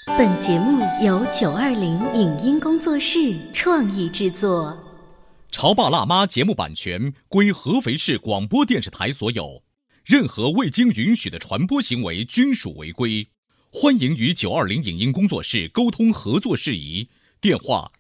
本节目由920影音工作室创意制作。 潮爸辣妈节目版权归合肥市广播电视台所有，任何未经允许的传播行为均属违规。欢迎与920影音工作室沟通合作事宜，电话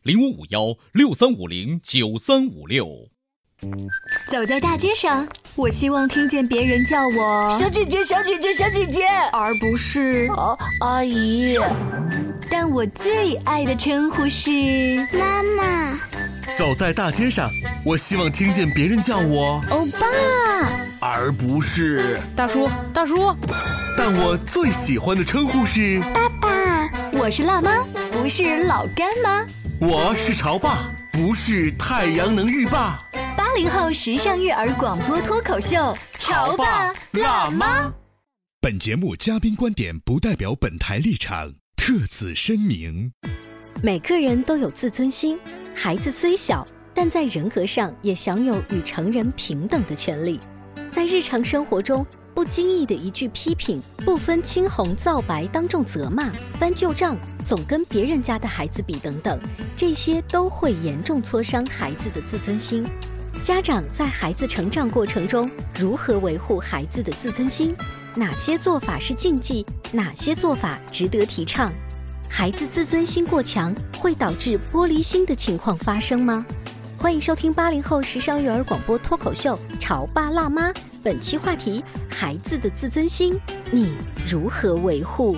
055163509356。 走在大街上，我希望听见别人叫我小姐姐小姐姐小姐姐， 而不是阿姨。 但我最爱的称呼是妈妈。 走在大街上，我希望听见别人叫我欧巴， 而不是大叔大叔。 但我最喜欢的称呼是爸爸。 我是辣妈，不是老干妈。 我是潮爸，不是太阳能浴霸。 80后时尚育儿广播脱口秀，潮爸辣妈。 本节目嘉宾观点不代表本台立场，特此声明。 每个人都有自尊心，孩子虽小，但在人格上也享有与成人平等的权利。在日常生活中，不经意的一句批评，不分青红皂白当众责骂，翻旧账，总跟别人家的孩子比等等，这些都会严重挫伤孩子的自尊心。家长在孩子成长过程中如何维护孩子的自尊心？哪些做法是禁忌？哪些做法值得提倡？孩子自尊心过强会导致玻璃心的情况发生吗？欢迎收听80后时尚育儿广播脱口秀《潮爸辣妈》，本期话题：孩子的自尊心，你如何维护？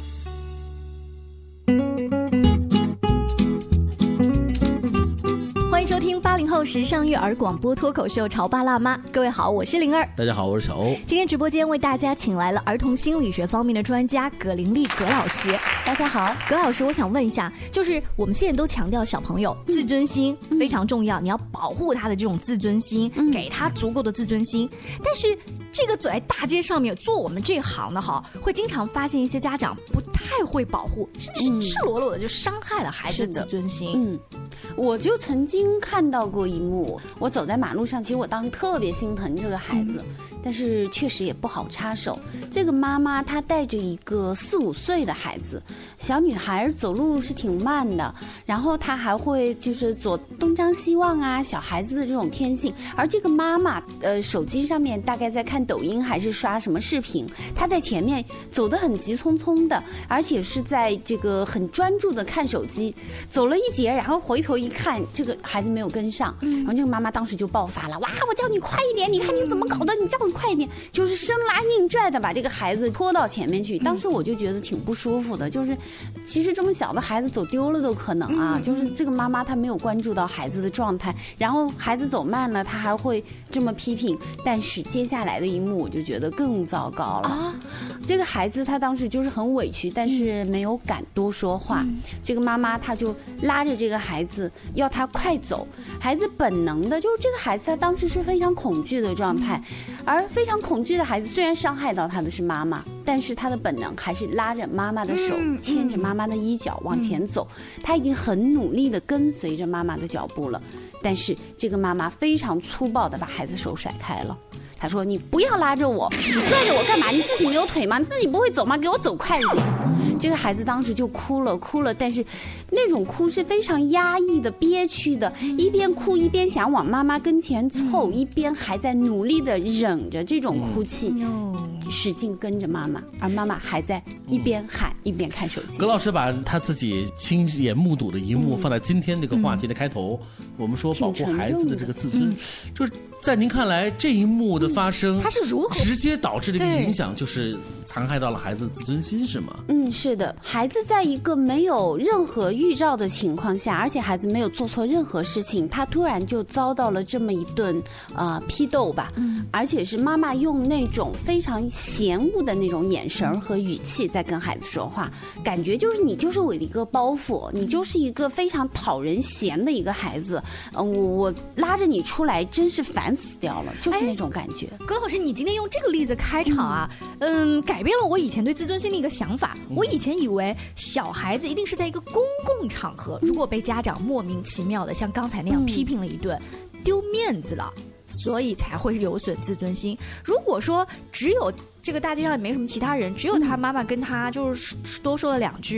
欢迎收听80后时尚育儿广播脱口秀《潮爸辣妈》。各位好，我是灵儿。 大家好，我是小欧。 今天直播间为大家请来了儿童心理学方面的专家葛玲丽葛老师。 大家好， 葛老师，我想问一下，就是我们现在都强调小朋友自尊心非常重要，你要保护他的这种自尊心，给他足够的自尊心。但是这个走在大街上面做我们这行的会经常发现一些家长不太会保护，甚至是赤裸裸的就伤害了孩子的自尊心。 我就曾经看到过一幕，我走在马路上，其实我当时特别心疼这个孩子，但是确实也不好插手。这个妈妈她带着一个4、5岁的孩子，小女孩走路是挺慢的，然后她还会就是左东张西望啊，小孩子的这种天性。而这个妈妈手机上面大概在看抖音还是刷什么视频，她在前面走得很急匆匆的，而且是在这个很专注的看手机，走了一截，然后回头一看，这个孩子没有跟上，然后这个妈妈当时就爆发了，哇，我叫你快一点，你看你怎么搞的，你叫你快一点，就是生拉硬拽的把这个孩子拖到前面去。当时我就觉得挺不舒服的，就是其实这么小的孩子走丢了都可能啊，就是这个妈妈她没有关注到孩子的状态，然后孩子走慢了，她还会这么批评。但是接下来的一幕我就觉得更糟糕了，这个孩子他当时就是很委屈，但是没有敢多说话。这个妈妈她就拉着这个孩子要他快走，孩子本能的就是这个孩子他当时是非常恐惧的状态，而非常恐惧的孩子虽然伤害到他的是妈妈，但是他的本能还是拉着妈妈的手，牵着妈妈的衣角往前走，他已经很努力的跟随着妈妈的脚步了，但是这个妈妈非常粗暴的把孩子手甩开了。他说，你不要拉着我，你拽着我干嘛？你自己没有腿吗？你自己不会走吗？给我走快一点。这个孩子当时就哭了，但是那种哭是非常压抑的、憋屈的，一边哭一边想往妈妈跟前凑，一边还在努力的忍着这种哭泣，使劲跟着妈妈，而妈妈还在一边喊一边看手机。 葛老师把他自己亲眼目睹的一幕放在今天这个话题的开头，我们说保护孩子的这个自尊，就是在您看来这一幕的发生，它是如何直接导致的一个影响，就是残害到了孩子的自尊心，是吗？ 是的，孩子在一个没有任何预兆的情况下，而且孩子没有做错任何事情，他突然就遭到了这么一顿批斗吧，而且是妈妈用那种非常嫌恶的那种眼神和语气在跟孩子说话，感觉就是你就是我的一个包袱，你就是一个非常讨人嫌的一个孩子，我拉着你出来真是烦死掉了，就是那种感觉。 葛老师，你今天用这个例子开场啊，改变了我以前对自尊心的一个想法。我以前以为小孩子一定是在一个公共场合，如果被家长莫名其妙的像刚才那样批评了一顿，丢面子了，所以才会有损自尊心。如果说只有这个大街上也没什么其他人，只有他妈妈跟他就是多说了2句，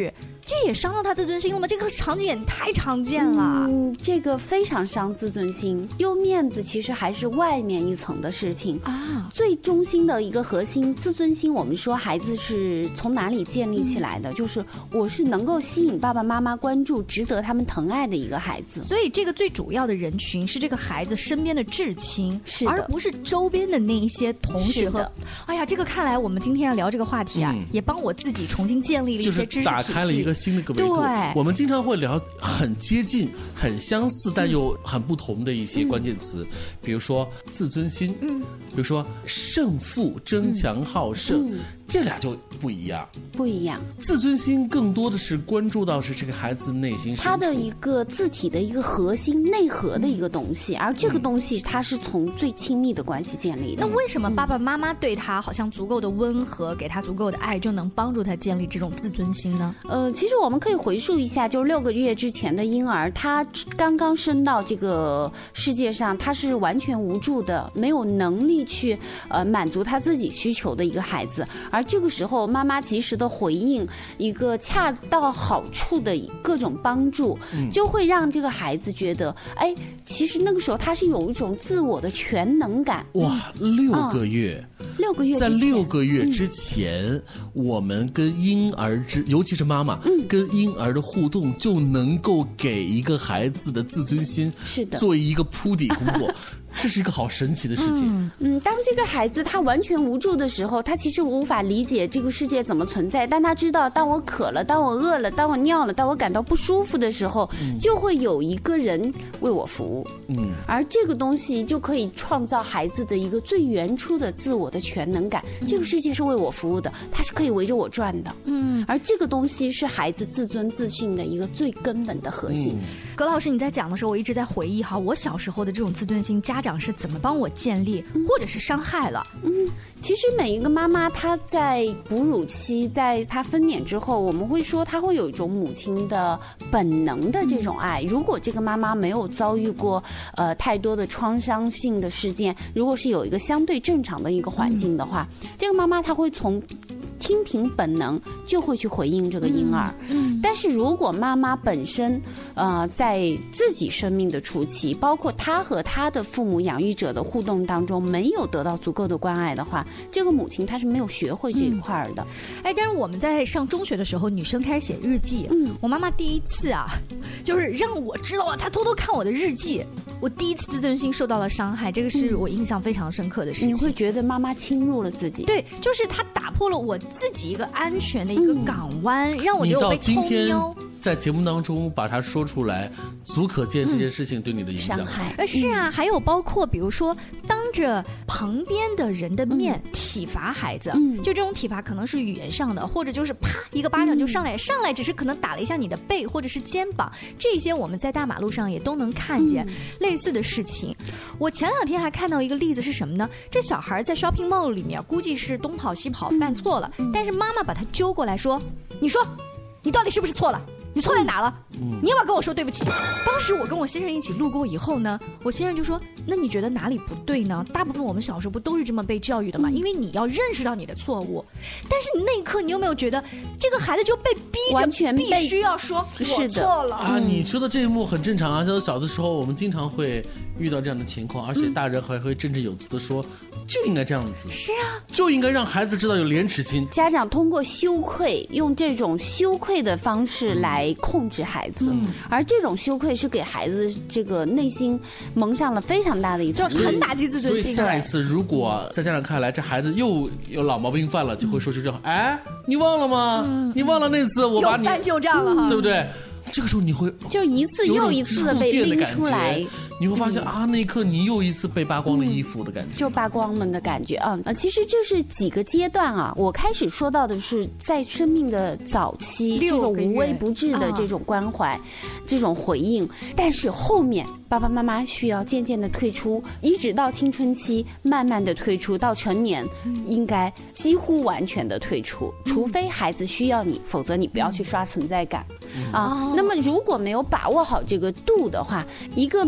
这也伤到他自尊心了吗？这个场景也太常见了。 这个非常伤自尊心，丢面子其实还是外面一层的事情啊。最中心的一个核心自尊心，我们说孩子是从哪里建立起来的？就是我是能够吸引爸爸妈妈关注，值得他们疼爱的一个孩子。 所以这个最主要的人群是这个孩子身边的至亲， 是的， 而不是周边的那一些同学和。哎呀，这个看来我们今天要聊这个话题啊，也帮我自己重新建立了一些知识体系， 就是打开了一个新的一个维度。 对， 我们经常会聊很接近、很相似但又很不同的一些关键词，比如说自尊心，比如说胜负、争强好胜，这俩就不一样。 不一样， 自尊心更多的是关注到是这个孩子内心深处他的一个字体的一个核心内核的一个东西，而这个东西它是从最亲密的关系建立的。 那为什么爸爸妈妈对他好像足够的温和，给他足够的爱，就能帮助他建立这种自尊心呢？ 其实我们可以回溯一下，就是6个月之前的婴儿，他刚刚生到这个世界上，他是完全无助的，没有能力去满足他自己需求的一个孩子。而这个时候，妈妈及时的回应，一个恰到好处的各种帮助，就会让这个孩子觉得，哎，其实那个时候他是有一种自我的全能感。 哇，6个月 ，6个月在6个月之前，我们跟婴儿尤其是妈妈，跟婴儿的互动就能够给一个孩子的自尊心是的做一个铺底工作。这是一个好神奇的事情。 当这个孩子他完全无助的时候，他其实无法理解这个世界怎么存在，但他知道，当我渴了，当我饿了，当我尿了，当我感到不舒服的时候，就会有一个人为我服务。而这个东西就可以创造孩子的一个最原初的自我的全能感。这个世界是为我服务的，它是可以围着我转的。而这个东西是孩子自尊自信的一个最根本的核心。 葛老师，你在讲的时候，我一直在回忆哈，我小时候的这种自尊心，家长是怎么帮我建立，或者是伤害了？ 其实每一个妈妈，她在哺乳期，在她分娩之后，我们会说她会有一种母亲的本能的这种爱。如果这个妈妈没有遭遇过太多的创伤性的事件，如果是有一个相对正常的一个环境的话，这个妈妈她会从听凭本能就会去回应这个婴儿。但是如果妈妈本身在自己生命的初期，包括她和她的父母养育者的互动当中没有得到足够的关爱的话，这个母亲她是没有学会这一块的。 但是我们在上中学的时候，女生开始写日记。我妈妈第一次啊，就是让我知道了，她偷偷看我的日记，我第一次自尊心受到了伤害，这个是我印象非常深刻的事情。 你会觉得妈妈侵入了自己？ 对，就是她打破了我自己一个安全的一个港湾，让我觉得我被偷瞄。 在节目当中把它说出来，足可见这件事情对你的影响。 是啊，还有包括比如说当着旁边的人的面体罚孩子，就这种体罚可能是语言上的，或者就是啪一个巴掌就上来只是可能打了一下你的背或者是肩膀，这些我们在大马路上也都能看见类似的事情。我前2天还看到一个例子是什么呢？这小孩在 shopping mall 里面估计是东跑西跑犯错了，但是妈妈把他揪过来说，你说你到底是不是错了？你错在哪了？你要不要跟我说对不起？当时我跟我先生一起路过以后呢，我先生就说，那你觉得哪里不对呢？大部分我们小时候不都是这么被教育的吗？因为你要认识到你的错误。但是那一刻你有没有觉得这个孩子就被逼着完全必须要说我错了啊？你说的这一幕很正常啊，小的时候我们经常会遇到这样的情况，而且大人还会振振有词的说，就应该这样子。 是啊， 就应该让孩子知道有廉耻心。 家长通过羞愧，用这种羞愧的方式来控制孩子，而这种羞愧是给孩子这个内心蒙上了非常大的一层， 就很打击自尊心。 所以下一次如果在家长看来这孩子又有老毛病犯了，就会说出这话，哎，你忘了吗？你忘了那次我把你有翻旧账了哈， 对不对？这个时候你会就一次又一次的被拎出来， 你会发现啊，那一刻你又一次被扒光了衣服的感觉， 就扒光了的感觉啊。其实这是几个阶段啊。我开始说到的是在生命的早期，这种无微不至的这种关怀，这种回应。但是后面爸爸妈妈需要渐渐的退出，一直到青春期，慢慢的退出，到成年应该几乎完全的退出，除非孩子需要你，否则你不要去刷存在感啊。那么如果没有把握好这个度的话，一个妈妈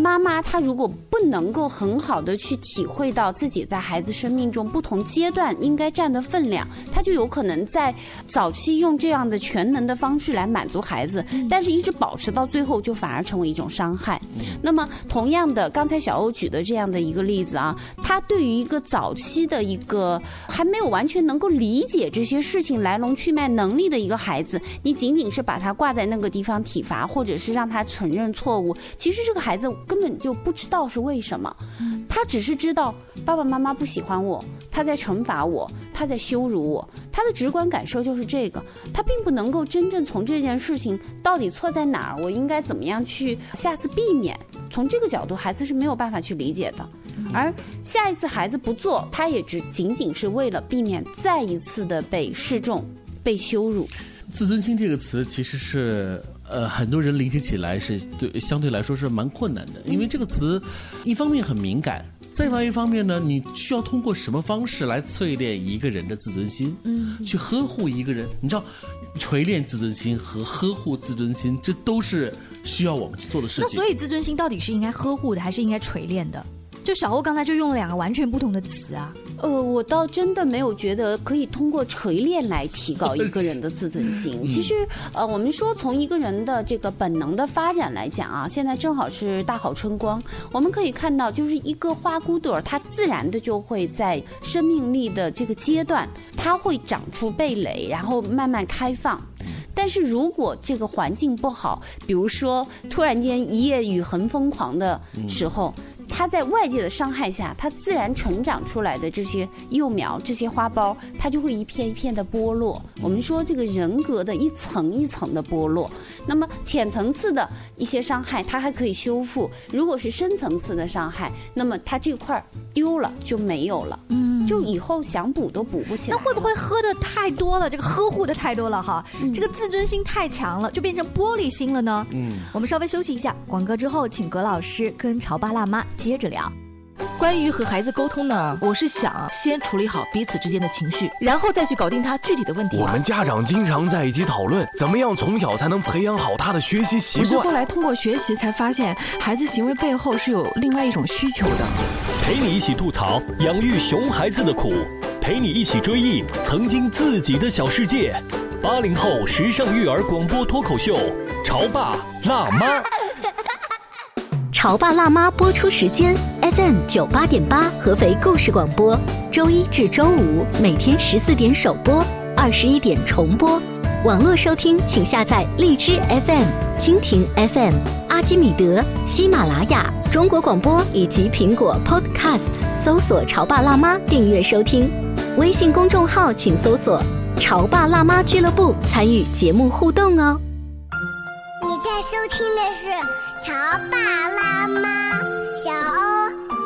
她如果不能够很好的去体会到自己在孩子生命中不同阶段应该占的分量，她就有可能在早期用这样的全能的方式来满足孩子，但是一直保持到最后就反而成为一种伤害。那么同样的，刚才小欧举的这样的一个例子啊，他对于一个早期的一个还没有完全能够理解这些事情来龙去脉能力的一个孩子，你仅仅是把他挂在那个地方体罚，或者是让他承认错误，其实这个孩子根本就不知道是为什么，他只是知道爸爸妈妈不喜欢我，他在惩罚我，他在羞辱我，他的直观感受就是这个，他并不能够真正从这件事情到底错在哪儿，我应该怎么样去下次避免，从这个角度孩子是没有办法去理解的。而下一次孩子不做，他也仅仅是为了避免再一次的被示众、被羞辱。 自尊心这个词其实是很多人理解起来是相对来说是蛮困难的，因为这个词一方面很敏感，再外一方面呢，你需要通过什么方式来淬炼一个人的自尊心，去呵护一个人。你知道，锤炼自尊心和呵护自尊心，这都是需要我们去做的事情。 那所以自尊心到底是应该呵护的，还是应该锤炼的？就小欧刚才就用了2个完全不同的词啊。 我倒真的没有觉得可以通过锤炼来提高一个人的自尊心。其实，我们说从一个人的这个本能的发展来讲啊，现在正好是大好春光，我们可以看到，就是一个花骨朵，它自然的就会在生命力的这个阶段，它会长出蓓蕾，然后慢慢开放。但是如果这个环境不好，比如说突然间一夜雨很疯狂的时候，它在外界的伤害下，它自然成长出来的这些幼苗、这些花苞，它就会一片一片的剥落。我们说这个人格的一层一层的剥落。那么浅层次的一些伤害，它还可以修复；如果是深层次的伤害，那么它这块丢了就没有了。就以后想补都补不起来。 那会不会喝的太多了，这个呵护的太多了哈，这个自尊心太强了，就变成玻璃心了呢？我们稍微休息一下，广告之后，请葛老师跟潮爸辣妈接着聊。 关于和孩子沟通呢，我是想先处理好彼此之间的情绪，然后再去搞定他具体的问题。 我们家长经常在一起讨论，怎么样从小才能培养好他的学习习惯。 我是后来通过学习才发现，孩子行为背后是有另外一种需求的。 陪你一起吐槽养育熊孩子的苦，陪你一起追忆曾经自己的小世界。80后时尚育儿广播脱口秀，潮爸辣妈。 潮爸辣妈播出时间 FM 98.8合肥故事广播，周一至周五每天14点首播，21点重播。网络收听请下载荔枝 FM、蜻蜓 FM、阿基米德、喜马拉雅、中国广播以及苹果 Podcasts， 搜索潮爸辣妈订阅收听。微信公众号请搜索潮爸辣妈俱乐部，参与节目互动哦。 你在收听的是潮爸辣妈，小欧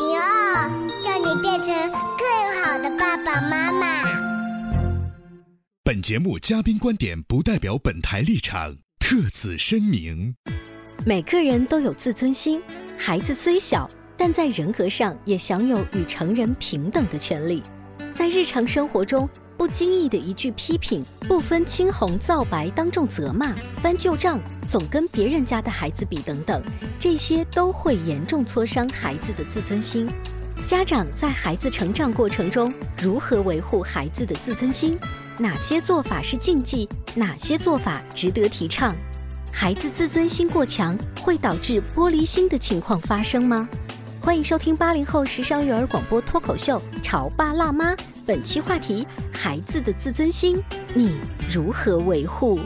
02，叫你变成更好的爸爸妈妈。 本节目嘉宾观点不代表本台立场，特此声明。 每个人都有自尊心，孩子虽小，但在人格上也享有与成人平等的权利。在日常生活中，不经意的一句批评，不分青红皂白当众责骂，翻旧账，总跟别人家的孩子比等等，这些都会严重挫伤孩子的自尊心。家长在孩子成长过程中，如何维护孩子的自尊心？哪些做法是禁忌？哪些做法值得提倡？孩子自尊心过强，会导致玻璃心的情况发生吗？欢迎收听80后时尚育儿广播脱口秀《潮爸辣妈》，本期话题：孩子的自尊心，你如何维护？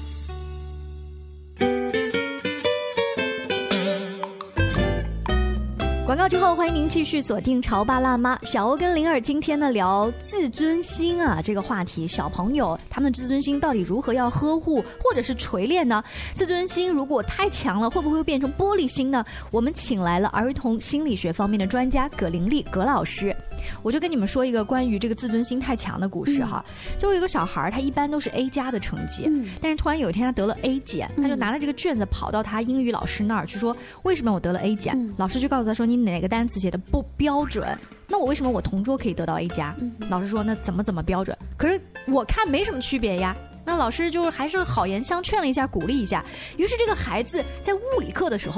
广告之后，欢迎您继续锁定潮爸辣妈。小欧跟灵儿今天呢聊自尊心啊这个话题，小朋友他们的自尊心到底如何要呵护或者是锤炼呢？自尊心如果太强了，会不会变成玻璃心呢？我们请来了儿童心理学方面的专家葛玲丽葛老师。我就跟你们说一个关于这个自尊心太强的故事哈。就有一个小孩，他一般都是 A 加的成绩，但是突然有一天他得了 A 减，他就拿着这个卷子跑到他英语老师那儿去说，为什么我得了 A 减？老师就告诉他说，你哪个单词写的不标准？那我为什么我同桌可以得到 A 加？老师说那怎么标准？可是我看没什么区别呀。那老师就是还是好言相劝了一下，鼓励一下。于是这个孩子在物理课的时候，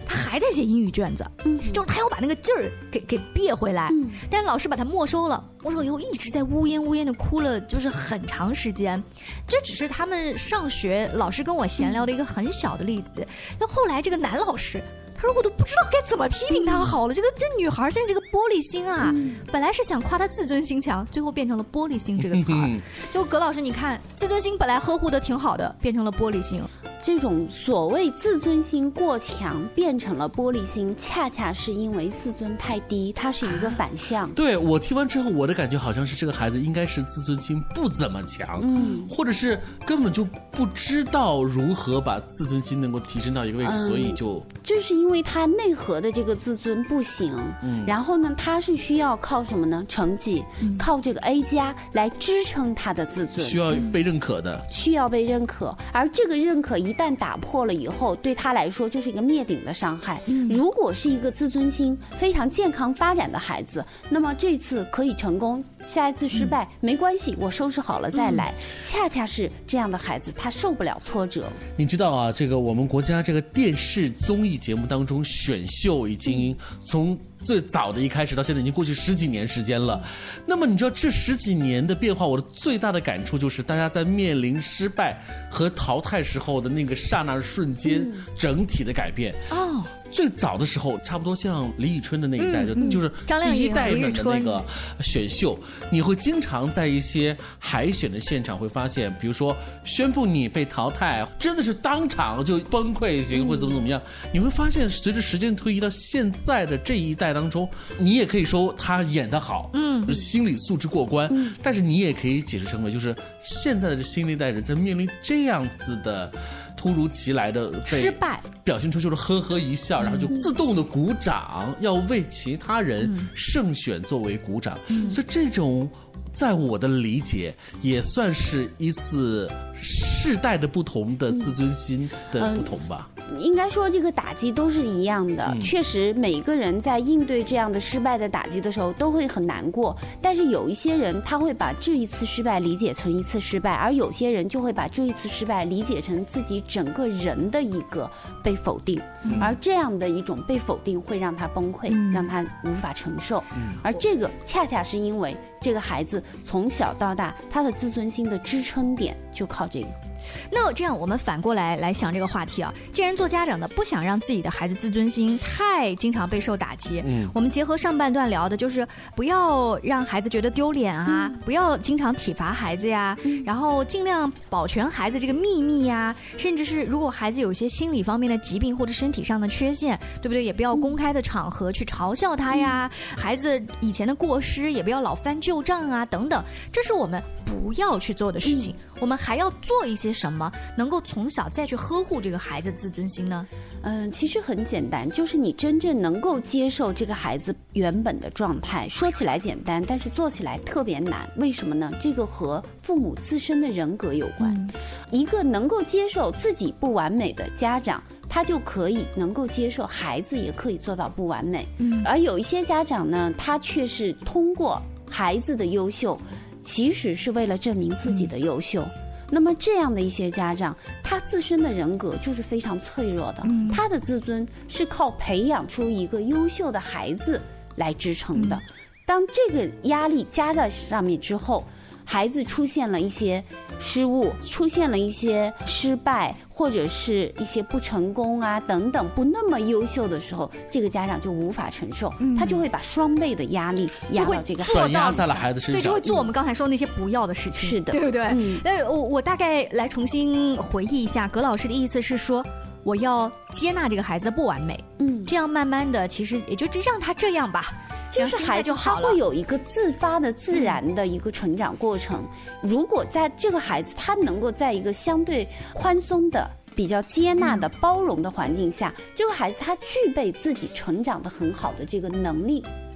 他还在写英语卷子，就是他要把那个劲儿给憋回来，但是老师把他没收了，没收以后一直在呜咽的哭了，就是很长时间。这只是他们上学老师跟我闲聊的一个很小的例子。那后来这个男老师，他说我都不知道该怎么批评他好了。这女孩现在这个玻璃心啊，本来是想夸她自尊心强，最后变成了玻璃心这个词儿。就葛老师，你看自尊心本来呵护的挺好的，变成了玻璃心。 这种所谓自尊心过强变成了玻璃心，恰恰是因为自尊太低，它是一个反向。 对，我听完之后，我的感觉好像是这个孩子应该是自尊心不怎么强，或者是根本就不知道如何把自尊心能够提升到一个位置，所以就是因为他内核的这个自尊不行，然后呢，他是需要靠什么呢？成绩，靠这个 A+ 来支撑他的自尊， 需要被认可的， 需要被认可，而这个认可一旦打破了以后，对他来说就是一个灭顶的伤害。如果是一个自尊心非常健康发展的孩子，那么这次可以成功，下一次失败没关系，我收拾好了再来。恰恰是这样的孩子，他受不了挫折。 你知道啊，这个我们国家这个电视综艺节目当中选秀已经从最早的一开始到现在已经过去10几年时间了。那么你知道这10几年的变化，我的最大的感触就是大家在面临失败和淘汰时候的那个刹那瞬间整体的改变。最早的时候，差不多像李宇春的那一代，就是第一代们的那个选秀，你会经常在一些海选的现场会发现，比如说宣布你被淘汰，真的是当场就崩溃型，或者怎么样。你会发现，随着时间推移到现在的这一代当中，你也可以说他演得好，心理素质过关，但是你也可以解释成为，就是现在的新一代人在面临这样子的突如其来的失败， 表现出就是呵呵一笑，然后就自动的鼓掌，要为其他人胜选作为鼓掌。所以这种在我的理解也算是一次世代的不同的自尊心的不同吧。 应该说这个打击都是一样的，确实每个人在应对这样的失败的打击的时候都会很难过，但是有一些人他会把这一次失败理解成一次失败，而有些人就会把这一次失败理解成自己整个人的一个被否定，而这样的一种被否定会让他崩溃，让他无法承受，而这个恰恰是因为这个孩子从小到大他的自尊心的支撑点就靠这个。 那这样我们反过来想这个话题啊，既然做家长的不想让自己的孩子自尊心太经常备受打击，我们结合上半段聊的就是不要让孩子觉得丢脸啊，不要经常体罚孩子呀，然后尽量保全孩子这个秘密呀，甚至是如果孩子有一些心理方面的疾病或者身体上的缺陷，对不对？也不要公开的场合去嘲笑他呀，孩子以前的过失也不要老翻旧账啊，等等，这是我们不要去做的事情。我们还要做一些什么能够从小再去呵护这个孩子自尊心呢？ 其实很简单，就是你真正能够接受这个孩子原本的状态。说起来简单，但是做起来特别难。为什么呢？这个和父母自身的人格有关。一个能够接受自己不完美的家长，他就可以能够接受孩子也可以做到不完美。而有一些家长呢，他却是通过孩子的优秀，其实是为了证明自己的优秀。那么这样的一些家长，他自身的人格就是非常脆弱的，他的自尊是靠培养出一个优秀的孩子来支撑的。当这个压力加在上面之后，孩子出现了一些失误，出现了一些失败，或者是一些不成功啊等等，不那么优秀的时候，这个家长就无法承受，他就会把双倍的压力压到这个孩子， 转压在了孩子身上， 对，就会做我们刚才说那些不要的事情， 是的， 对不对？那我大概来重新回忆一下，葛老师的意思是说，我要接纳这个孩子的不完美，这样慢慢的，其实也就让他这样吧。 就是孩子他会有一个自发的自然的一个成长过程。如果在这个孩子他能够在一个相对宽松的、比较接纳的、包容的环境下，这个孩子他具备自己成长的很好的这个能力。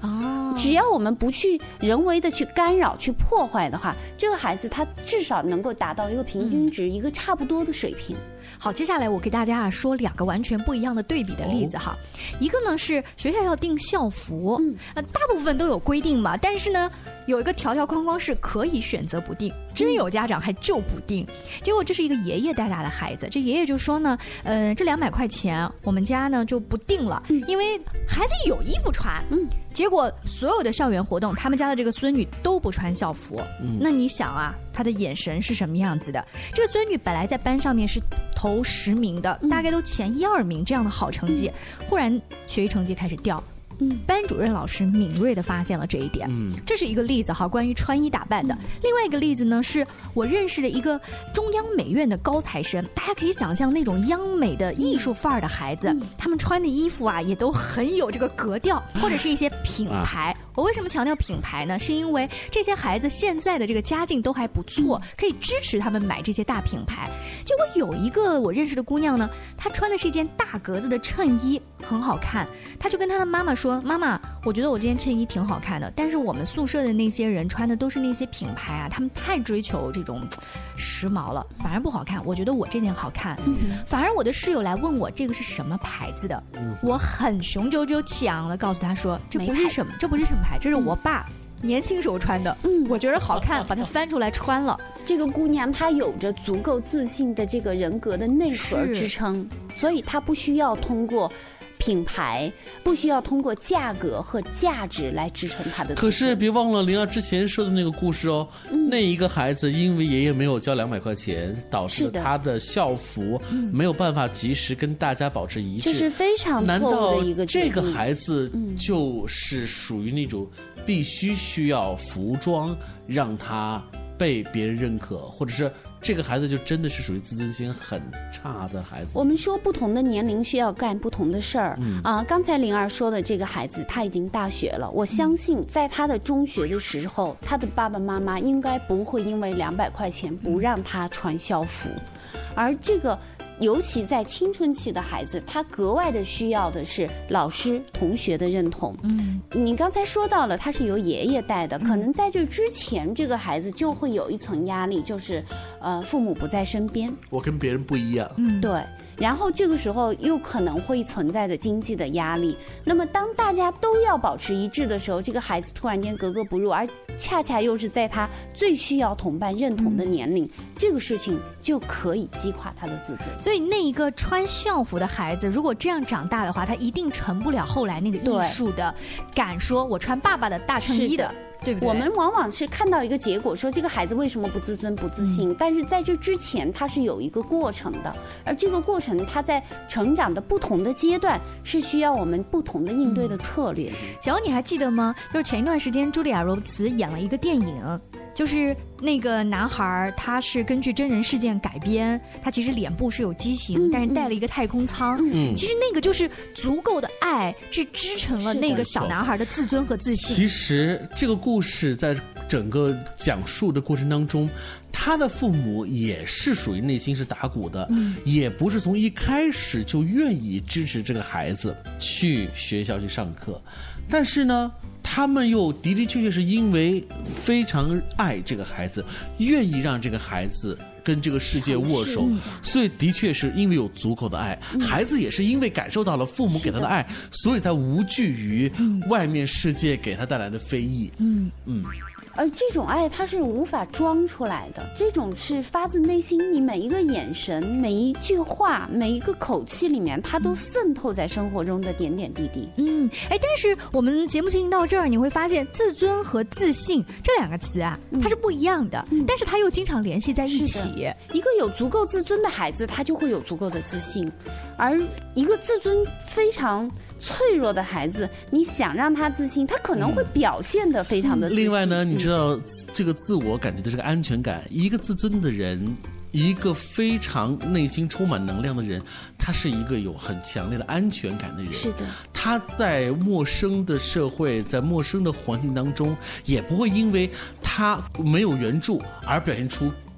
只要我们不去人为的去干扰、去破坏的话，这个孩子他至少能够达到一个平均值，一个差不多的水平。 好，接下来我给大家说2个完全不一样的对比的例子哈。一个呢是学校要订校服，大部分都有规定嘛，但是呢有一个条条框框是可以选择不订，真有家长还就不订。结果这是一个爷爷带大的孩子，这爷爷就说呢，这200块钱我们家呢就不订了，因为孩子有衣服穿。结果所有的校园活动，他们家的这个孙女都不穿校服。那你想啊，他的眼神是什么样子的？这个孙女本来在班上面是头10名的，大概都前1、2名这样的好成绩，忽然学习成绩开始掉。班主任老师敏锐地发现了这一点。这是一个例子哈，关于穿衣打扮的。另外一个例子呢，是我认识的一个中央美院的高材生，大家可以想象那种央美的艺术范儿的孩子，他们穿的衣服啊也都很有这个格调，或者是一些品牌。我为什么强调品牌呢？是因为这些孩子现在的这个家境都还不错，可以支持他们买这些大品牌。结果有一个我认识的姑娘呢，她穿的是一件大格子的衬衣，很好看。她就跟她的妈妈说：“妈妈，我觉得我这件衬衣挺好看的，但是我们宿舍的那些人穿的都是那些品牌啊，他们太追求这种时髦了，反而不好看。我觉得我这件好看。反而我的室友来问我这个是什么牌子的，我很雄赳赳气昂的告诉他说，这不是什么牌，这是我爸年轻时候穿的，我觉得好看，把它翻出来穿了。 这个姑娘她有着足够自信的这个人格的内核支撑，所以她不需要通过品牌，不需要通过价格和价值来支撑他的。 可是别忘了灵儿之前说的那个故事哦，那一个孩子因为爷爷没有交200块钱，导致他的校服没有办法及时跟大家保持一致， 这是非常错误的一个决定。 难道这个孩子就是属于那种必须需要服装让他被别人认可，或者是这个孩子就真的是属于自尊心很差的孩子？ 我们说不同的年龄需要干不同的事儿。刚才灵儿说的这个孩子他已经大学了，我相信在他的中学的时候，他的爸爸妈妈应该不会因为200块钱不让他穿校服，而这个尤其在青春期的孩子，他格外的需要的是老师、同学的认同。你刚才说到了，他是由爷爷带的，可能在这之前，这个孩子就会有一层压力，就是父母不在身边， 我跟别人不一样。 对。然后这个时候又可能会存在的经济的压力。那么当大家都要保持一致的时候，这个孩子突然间格格不入，而恰恰又是在他最需要同伴认同的年龄，这个事情就可以击垮他的自尊。 所以那一个穿校服的孩子，如果这样长大的话，他一定成不了后来那个艺术的，敢说我穿爸爸的大衬衣的。对不对？ 我们往往是看到一个结果，说这个孩子为什么不自尊、不自信，但是在这之前他是有一个过程的，而这个过程他在成长的不同的阶段是需要我们不同的应对的策略。 小欧，你还记得吗？就是前一段时间茱莉亚·罗伯茨演了一个电影，就是那个男孩他是根据真人事件改编，他其实脸部是有畸形，但是带了一个太空舱。其实那个就是足够的爱去支撑了那个小男孩的自尊和自信。 其实这个故事在整个讲述的过程当中，他的父母也是属于内心是打鼓的，也不是从一开始就愿意支持这个孩子去学校去上课，但是呢他们又的的确确是因为非常爱这个孩子，愿意让这个孩子跟这个世界握手，所以的确是因为有足够的爱，孩子也是因为感受到了父母给他的爱，所以才无惧于外面世界给他带来的非议。 而这种爱它是无法装出来的，这种是发自内心，你每一个眼神、每一句话、每一个口气里面，它都渗透在生活中的点点滴滴。 但是我们节目进行到这儿，你会发现自尊和自信这2个词啊，它是不一样的，但是它又经常联系在一起。 一个有足够自尊的孩子，他就会有足够的自信，而一个自尊非常脆弱的孩子，你想让他自信，他可能会表现得非常的自信。 另外呢，你知道这个自我感觉的这个安全感，一个自尊的人，一个非常内心充满能量的人，他是一个有很强烈的安全感的人。 是的， 他在陌生的社会，在陌生的环境当中，也不会因为他没有援助而表现出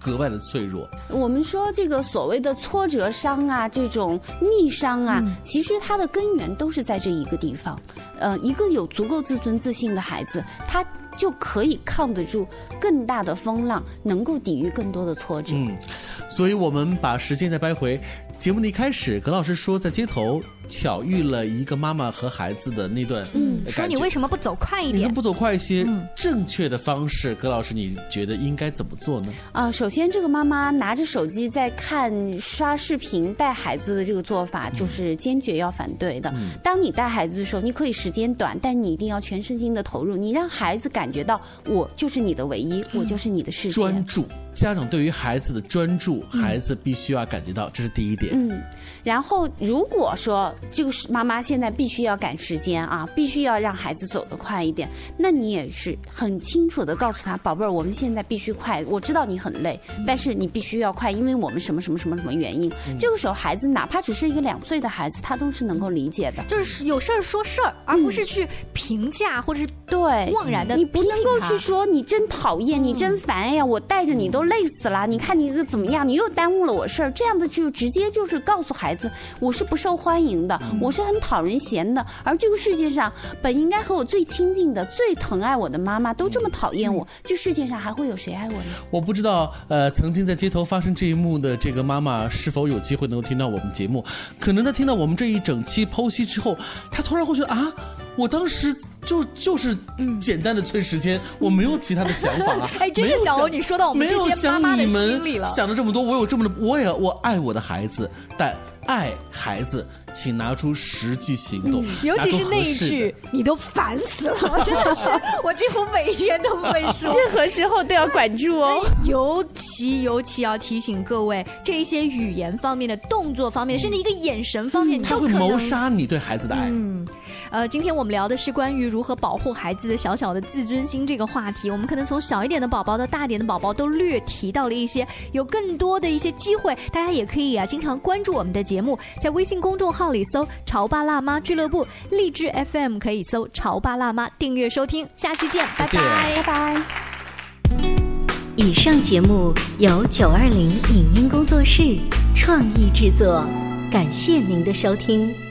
格外的脆弱。 我们说这个所谓的挫折伤啊，这种逆伤啊，其实它的根源都是在这一个地方。一个有足够自尊自信的孩子，他就可以抗得住更大的风浪，能够抵御更多的挫折。 所以我们把时间再掰回，节目的一开始，葛老师说在街头巧遇了一个妈妈和孩子的那段说你为什么不走快一点？ 你能不走快一些？正确的方式，葛老师你觉得应该怎么做呢？ 首先这个妈妈拿着手机在刷视频带孩子的这个做法，就是坚决要反对的。当你带孩子的时候，你可以时间短，但你一定要全身心的投入，你让孩子感觉到我就是你的唯一，我就是你的世界。 专注，家长对于孩子的专注，孩子必须要感觉到，这是第一点。 然后如果说这个妈妈现在必须要赶时间啊，必须要让孩子走得快一点，那你也是很清楚的告诉他，宝贝儿，我们现在必须快，我知道你很累，但是你必须要快，因为我们什么什么什么什么原因。这个时候孩子哪怕只是一个2岁的孩子，他都是能够理解的， 就是有事儿说事儿，而不是去评价或者是妄然的你不能够去说你真讨厌，你真烦，哎呀，我带着你都累死了，你看你这怎么样，你又耽误了我事儿，这样子就直接就是告诉孩子，我是不受欢迎的，我是很讨人嫌的，而这个世界上本应该和我最亲近的、最疼爱我的妈妈都这么讨厌我，这世界上还会有谁爱我呢？ 我不知道，曾经在街头发生这一幕的这个妈妈是否有机会能够听到我们节目？可能在听到我们这一整期剖析之后，她突然会觉得啊，我当时就是简单的催时间，我没有其他的想法啊。 真是小欧，你说到我们这些妈妈的心里了， 想了这么多，我有这么的，我爱我的孩子，但爱孩子，请拿出实际行动， 尤其是那一句“你都烦死了”，真的是我几乎每天都会说， 任何时候都要管住哦。 尤其要提醒各位，这一些语言方面的、动作方面，甚至一个眼神方面， 它会谋杀你对孩子的爱。 今天我们聊的是关于如何保护孩子的小小的自尊心这个话题。我们可能从小一点的宝宝到大一点的宝宝都略提到了一些，有更多的一些机会，大家也可以经常关注我们的节目，在微信公众号里搜潮爸辣妈俱乐部，励志 FM 可以搜潮爸辣妈订阅收听。下期见，拜拜， 拜拜。 以上节目由920影音工作室创意制作，感谢您的收听。